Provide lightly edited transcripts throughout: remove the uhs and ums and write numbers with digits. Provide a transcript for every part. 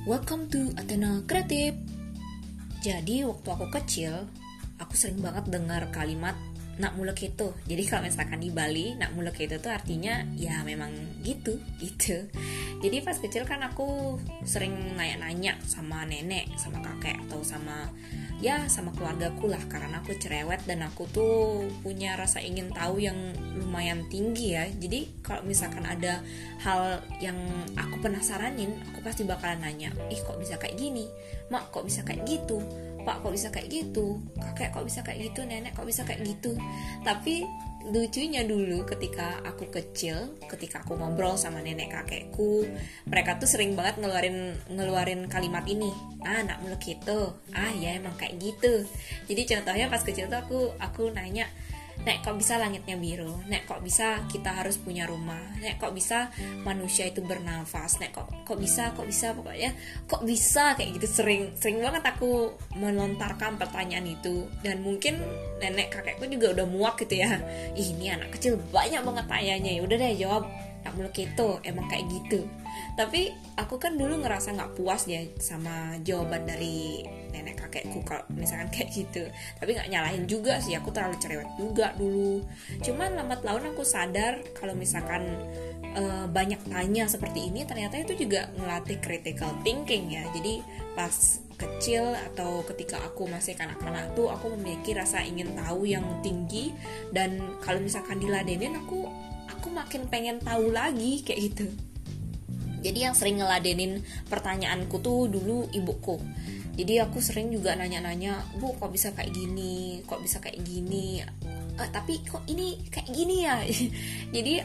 Welcome to Athena Kreatif. Jadi waktu aku kecil, aku sering banget dengar kalimat nak mulek itu. Jadi kalau misalkan di Bali, nak mulek itu tuh artinya ya memang gitu. Jadi pas kecil kan aku sering nanya-nanya sama nenek, sama kakek atau sama keluargaku lah, karena aku cerewet dan aku tuh punya rasa ingin tahu yang lumayan tinggi ya. Jadi kalau misalkan ada hal yang aku penasaranin, aku pasti bakalan nanya, kok bisa kayak gini? Mak, kok bisa kayak gitu? Pak, kok bisa kayak gitu? Kakek, kok bisa kayak gitu? Nenek, kok bisa kayak gitu? Tapi lucunya dulu ketika aku kecil, ketika aku ngobrol sama nenek kakekku, mereka tuh sering banget ngeluarin kalimat ini. Nak mulek gitu. Ya emang kayak gitu. Jadi contohnya pas kecil tuh aku nanya, Nek, kok bisa langitnya biru? Nek, kok bisa kita harus punya rumah? Nek, kok bisa manusia itu bernafas? Nek, kok bisa pokoknya kok bisa kayak gitu. Sering banget aku melontarkan pertanyaan itu, dan mungkin nenek kakekku juga udah muak gitu ya. Ini anak kecil banyak banget tanyanya. Ya udah deh, jawab, nak muluk itu emang kayak gitu. Tapi aku kan dulu ngerasa nggak puas ya sama jawaban dari nenek kakekku kalau misalkan kayak gitu. Tapi nggak nyalahin juga sih, aku terlalu cerewet juga dulu. Cuman lambat laun aku sadar kalau misalkan banyak tanya seperti ini, ternyata itu juga ngelatih critical thinking ya. Jadi pas kecil atau ketika aku masih kanak-kanak tuh aku memiliki rasa ingin tahu yang tinggi, dan kalau misalkan diladenin aku makin pengen tahu lagi kayak gitu. Jadi yang sering ngeladenin pertanyaanku tuh dulu ibuku. Jadi aku sering juga nanya-nanya, Bu, kok bisa kayak gini? Kok bisa kayak gini? Tapi kok ini kayak gini ya? Jadi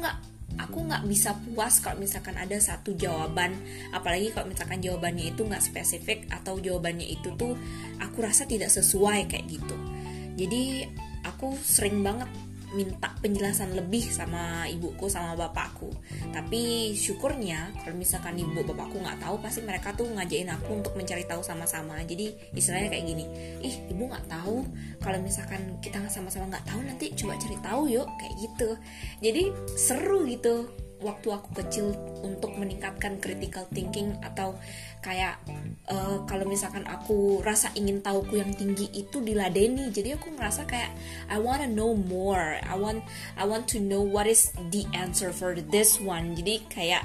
aku nggak bisa puas kalau misalkan ada satu jawaban, apalagi kalau misalkan jawabannya itu nggak spesifik atau jawabannya itu tuh aku rasa tidak sesuai kayak gitu. Jadi aku sering banget minta penjelasan lebih sama ibuku sama bapakku. Tapi syukurnya kalau misalkan ibu bapakku nggak tahu, pasti mereka tuh ngajakin aku untuk mencari tahu sama-sama. Jadi istilahnya kayak gini, ibu nggak tahu, kalau misalkan kita sama-sama nggak tahu, nanti coba cari tahu yuk, kayak gitu. Jadi seru gitu waktu aku kecil untuk meningkatkan critical thinking, atau kayak kalau misalkan aku rasa ingin tahuku yang tinggi itu diladeni. Jadi aku ngerasa kayak I wanna know more, I want to know what is the answer for this one. Jadi kayak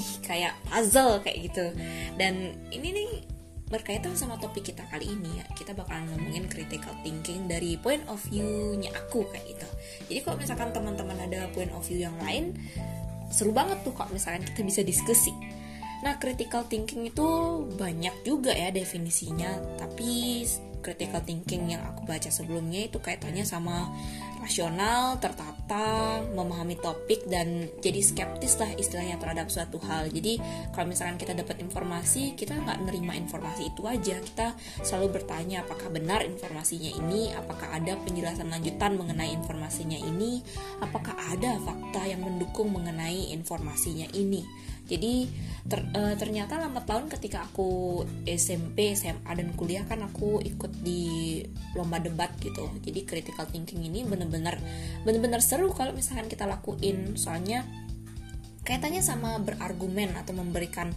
puzzle kayak gitu. Dan ini nih berkaitan sama topik kita kali ini ya. Kita bakalan ngomongin critical thinking dari point of view-nya aku kayak gitu. Jadi kalau misalkan teman-teman ada point of view yang lain, seru banget tuh kalau misalkan kita bisa diskusi. Nah, critical thinking itu banyak juga ya definisinya, tapi critical thinking yang aku baca sebelumnya itu kaitannya sama rasional, tertata, memahami topik, dan jadi skeptis lah istilahnya terhadap suatu hal. Jadi kalau misalkan kita dapat informasi, kita nggak nerima informasi itu aja, kita selalu bertanya apakah benar informasinya ini, apakah ada penjelasan lanjutan mengenai informasinya ini, apakah ada fakta yang mendukung mengenai informasinya ini. Jadi ternyata lambat laun ketika aku SMP, SMA, dan kuliah kan aku ikut di lomba debat gitu. Jadi critical thinking ini bener-bener seru kalau misalkan kita lakuin. Soalnya kaitannya sama berargumen atau memberikan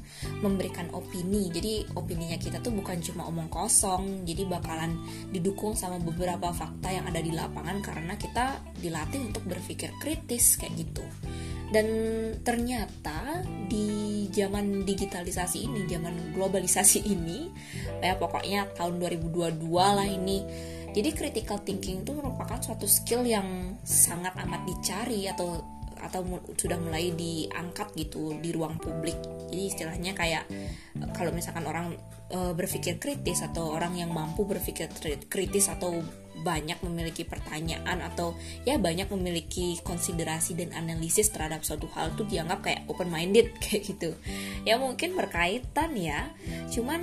opini. Jadi opininya kita tuh bukan cuma omong kosong. Jadi bakalan didukung sama beberapa fakta yang ada di lapangan, karena kita dilatih untuk berpikir kritis kayak gitu. Dan ternyata di zaman digitalisasi ini, zaman globalisasi ini, ya pokoknya tahun 2022 lah ini. Jadi critical thinking itu merupakan suatu skill yang sangat amat dicari atau sudah mulai diangkat gitu di ruang publik. Jadi istilahnya kayak kalau misalkan orang berpikir kritis, atau orang yang mampu berpikir kritis, atau banyak memiliki pertanyaan, atau ya banyak memiliki konsiderasi dan analisis terhadap suatu hal, itu dianggap kayak open minded kayak gitu. Ya mungkin berkaitan ya, cuman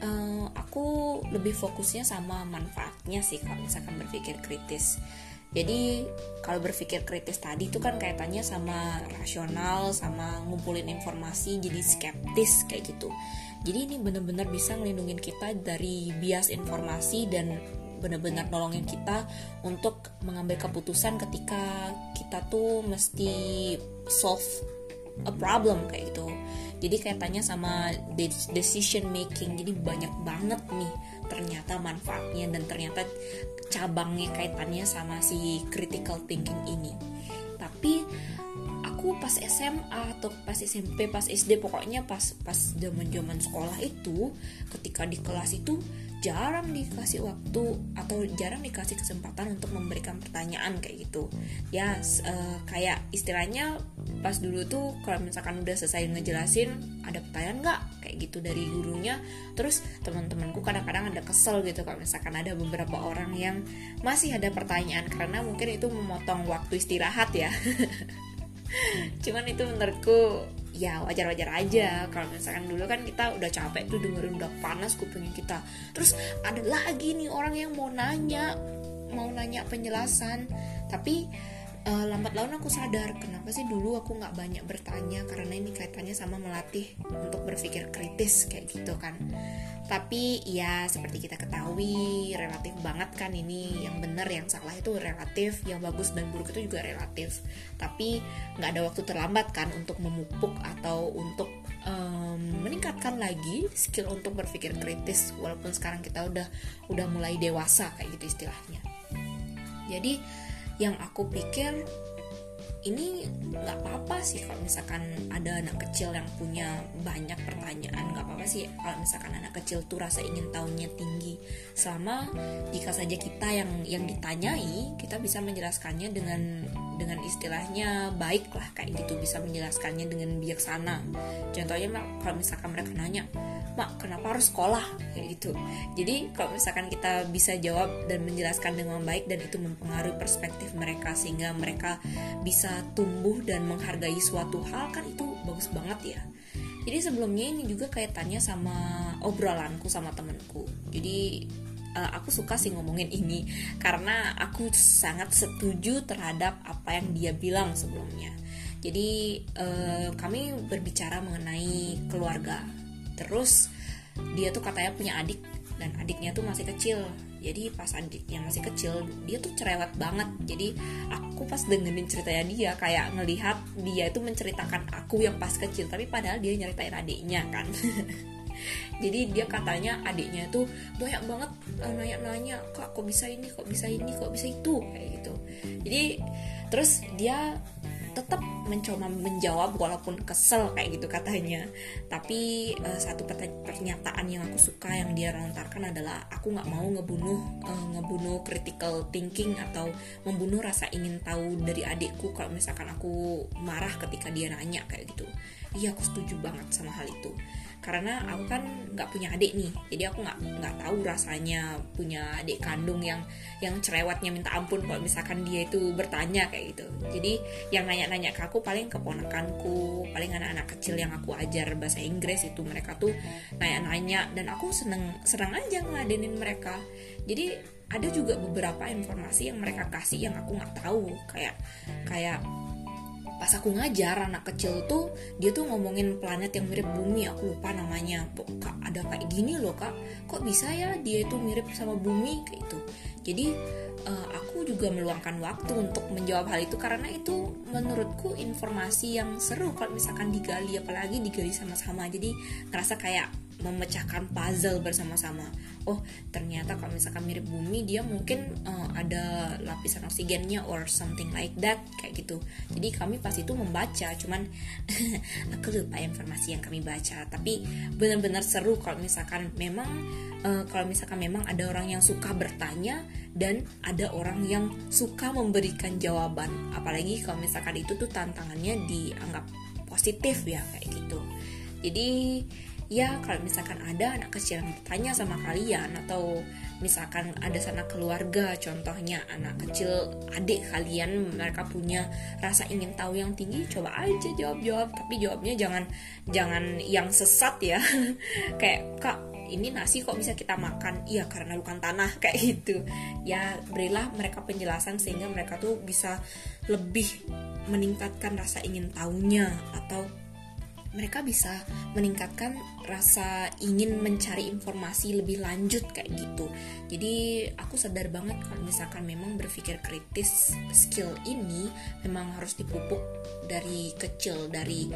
aku lebih fokusnya sama manfaatnya sih kalau misalkan berpikir kritis. Jadi kalau berpikir kritis tadi itu kan kaitannya sama rasional, sama ngumpulin informasi, jadi skeptis kayak gitu. Jadi ini benar-benar bisa ngelindungin kita dari bias informasi, dan benar-benar nolongin kita untuk mengambil keputusan ketika kita tuh mesti solve a problem kayak gitu. Jadi kaitannya sama decision making, jadi banyak banget nih ternyata manfaatnya, dan ternyata cabangnya kaitannya sama si critical thinking ini. Tapi aku pas SMA atau pas SMP, pas SD, pokoknya pas zaman sekolah itu, ketika di kelas itu jarang dikasih waktu atau jarang dikasih kesempatan untuk memberikan pertanyaan kayak gitu. Ya kayak istilahnya pas dulu tuh kalau misalkan udah selesai ngejelasin, ada pertanyaan nggak kayak gitu dari gurunya. Terus teman-temanku kadang-kadang ada kesel gitu kalau misalkan ada beberapa orang yang masih ada pertanyaan, karena mungkin itu memotong waktu istirahat ya. Cuman itu menurutku ya wajar-wajar aja. Kalau misalkan dulu kan kita udah capek tuh dengerin, udah panas kupingnya kita, terus ada lagi nih orang yang mau nanya penjelasan. Tapi lambat laun aku sadar kenapa sih dulu aku nggak banyak bertanya, karena ini kaitannya sama melatih untuk berpikir kritis kayak gitu kan. Tapi ya seperti kita ketahui relatif banget kan, ini yang benar yang salah itu relatif, yang bagus dan buruk itu juga relatif. Tapi nggak ada waktu terlambat kan untuk memupuk atau untuk meningkatkan lagi skill untuk berpikir kritis, walaupun sekarang kita udah mulai dewasa kayak gitu istilahnya. Jadi yang aku pikir ini nggak apa-apa sih kalau misalkan ada anak kecil yang punya banyak pertanyaan, nggak apa-apa sih kalau misalkan anak kecil tuh rasa ingin tahunya tinggi, selama jika saja kita yang ditanyai kita bisa menjelaskannya dengan istilahnya baik lah kayak gitu, bisa menjelaskannya dengan bijaksana. Contohnya kalau misalkan mereka nanya, "Mak, kenapa harus sekolah?" kayak gitu. Jadi kalau misalkan kita bisa jawab dan menjelaskan dengan baik, dan itu mempengaruhi perspektif mereka sehingga mereka bisa tumbuh dan menghargai suatu hal, kan itu bagus banget ya. Jadi sebelumnya ini juga kaitannya sama obrolanku sama temenku. Jadi aku suka sih ngomongin ini karena aku sangat setuju terhadap apa yang dia bilang sebelumnya. Jadi kami berbicara mengenai keluarga. Terus dia tuh katanya punya adik, dan adiknya tuh masih kecil. Jadi pas adiknya masih kecil, dia tuh cerewet banget. Jadi aku pas dengerin ceritanya dia, kayak ngelihat dia itu menceritakan aku yang pas kecil, tapi padahal dia nyeritain adiknya kan. Jadi dia katanya adiknya tuh banyak banget nanya-nanya, "Kak, kok bisa ini, kok bisa ini, kok bisa itu," kayak gitu. Jadi terus dia tetap mencoba menjawab walaupun kesel kayak gitu katanya. Tapi satu pernyataan yang aku suka yang dia lontarkan adalah, aku nggak mau ngebunuh critical thinking atau membunuh rasa ingin tahu dari adikku kalau misalkan aku marah ketika dia nanya kayak gitu. Iya, aku setuju banget sama hal itu. Karena aku kan nggak punya adik nih, jadi aku nggak tahu rasanya punya adik kandung yang cerewetnya minta ampun kalau misalkan dia itu bertanya kayak gitu. Jadi yang nanya-nanya ke aku paling keponakanku, paling anak-anak kecil yang aku ajar bahasa Inggris itu, mereka tuh nanya-nanya dan aku senang aja ngeladenin mereka. Jadi ada juga beberapa informasi yang mereka kasih yang aku nggak tahu, kayak pas aku ngajar anak kecil tuh, dia tuh ngomongin planet yang mirip bumi, aku lupa namanya. Kak, ada kayak gini loh kak, kok bisa ya dia itu mirip sama bumi kayak itu. Jadi aku juga meluangkan waktu untuk menjawab hal itu, karena itu menurutku informasi yang seru kalau misalkan digali, apalagi digali sama-sama. Jadi ngerasa kayak memecahkan puzzle bersama-sama. Oh, ternyata kalau misalkan mirip bumi, dia mungkin ada lapisan oksigennya or something like that kayak gitu. Jadi kami pas itu membaca, cuman aku lupa informasi yang kami baca. Tapi benar-benar seru kalau misalkan memang ada orang yang suka bertanya dan ada orang yang suka memberikan jawaban. Apalagi kalau misalkan itu tuh tantangannya dianggap positif ya kayak gitu. Jadi ya kalau misalkan ada anak kecil yang bertanya sama kalian, atau misalkan ada sana keluarga, contohnya anak kecil adik kalian, mereka punya rasa ingin tahu yang tinggi, coba aja jawab, tapi jawabnya jangan yang sesat ya. Kayak, "Kak, ini nasi kok bisa kita makan?" "Iya, karena bukan tanah," kayak gitu. Ya berilah mereka penjelasan sehingga mereka tuh bisa lebih meningkatkan rasa ingin tahunya, atau mereka bisa meningkatkan rasa ingin mencari informasi lebih lanjut kayak gitu. Jadi aku sadar banget kalau misalkan memang berpikir kritis, skill ini memang harus dipupuk dari kecil, dari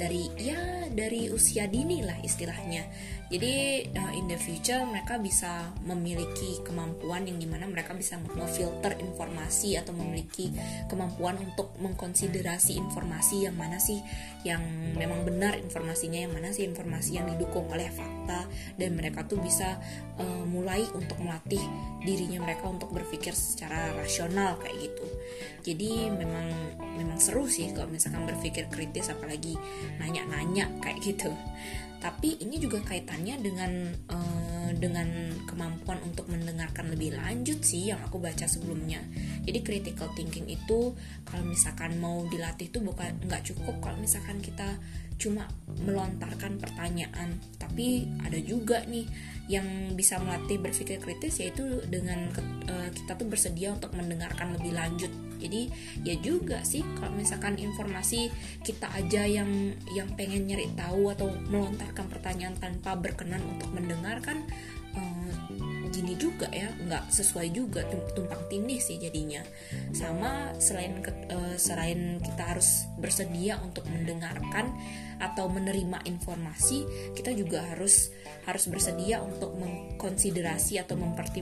usia dini lah istilahnya. Jadi in the future mereka bisa memiliki kemampuan yang dimana mereka bisa memfilter informasi atau memiliki kemampuan untuk mengkonsiderasi informasi yang mana sih yang memang benar informasinya, yang mana sih informasi yang didukung oleh fakta, dan mereka tuh bisa mulai untuk melatih dirinya mereka untuk berpikir secara rasional kayak gitu. Jadi memang seru sih kalau misalkan berpikir kritis, apalagi nanya-nanya kayak gitu. Tapi ini juga kaitannya dengan kemampuan untuk mendengarkan lebih lanjut sih yang aku baca sebelumnya. Jadi critical thinking itu kalau misalkan mau dilatih tuh nggak cukup kalau misalkan kita cuma melontarkan pertanyaan, tapi ada juga nih yang bisa melatih berpikir kritis, yaitu dengan kita tuh bersedia untuk mendengarkan lebih lanjut. Jadi ya juga sih kalau misalkan informasi kita aja yang pengen nyari tahu atau melontarkan pertanyaan tanpa berkenan untuk mendengarkan, gini juga ya, nggak sesuai juga, tumpang tindih sih jadinya. Sama selain kita harus bersedia untuk mendengarkan atau menerima informasi, kita juga harus bersedia untuk mengkonsiderasi atau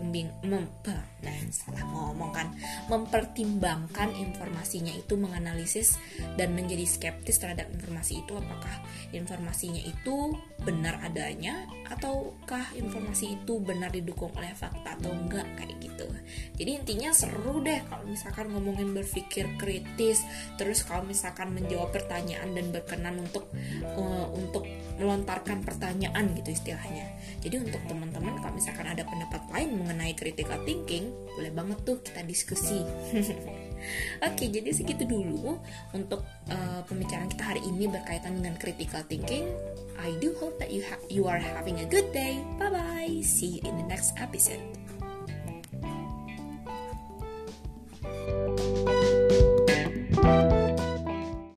mempertimbangkan informasinya itu, menganalisis dan menjadi skeptis terhadap informasi itu, apakah informasinya itu benar adanya ataukah informasi itu benar didukung oleh fakta atau enggak kayak gitu. Jadi intinya seru deh kalau misalkan ngomongin berpikir kritis, terus kalau misalkan menjawab pertanyaan dan berkenan untuk melontarkan pertanyaan gitu istilahnya. Jadi untuk teman-teman kalau misalkan ada pendapat lain mengenai critical thinking, boleh banget tuh kita diskusi. Oke, jadi segitu dulu untuk pembicaraan kita hari ini berkaitan dengan critical thinking. I do hope that you are having a good day. Bye bye. See you in the next episode.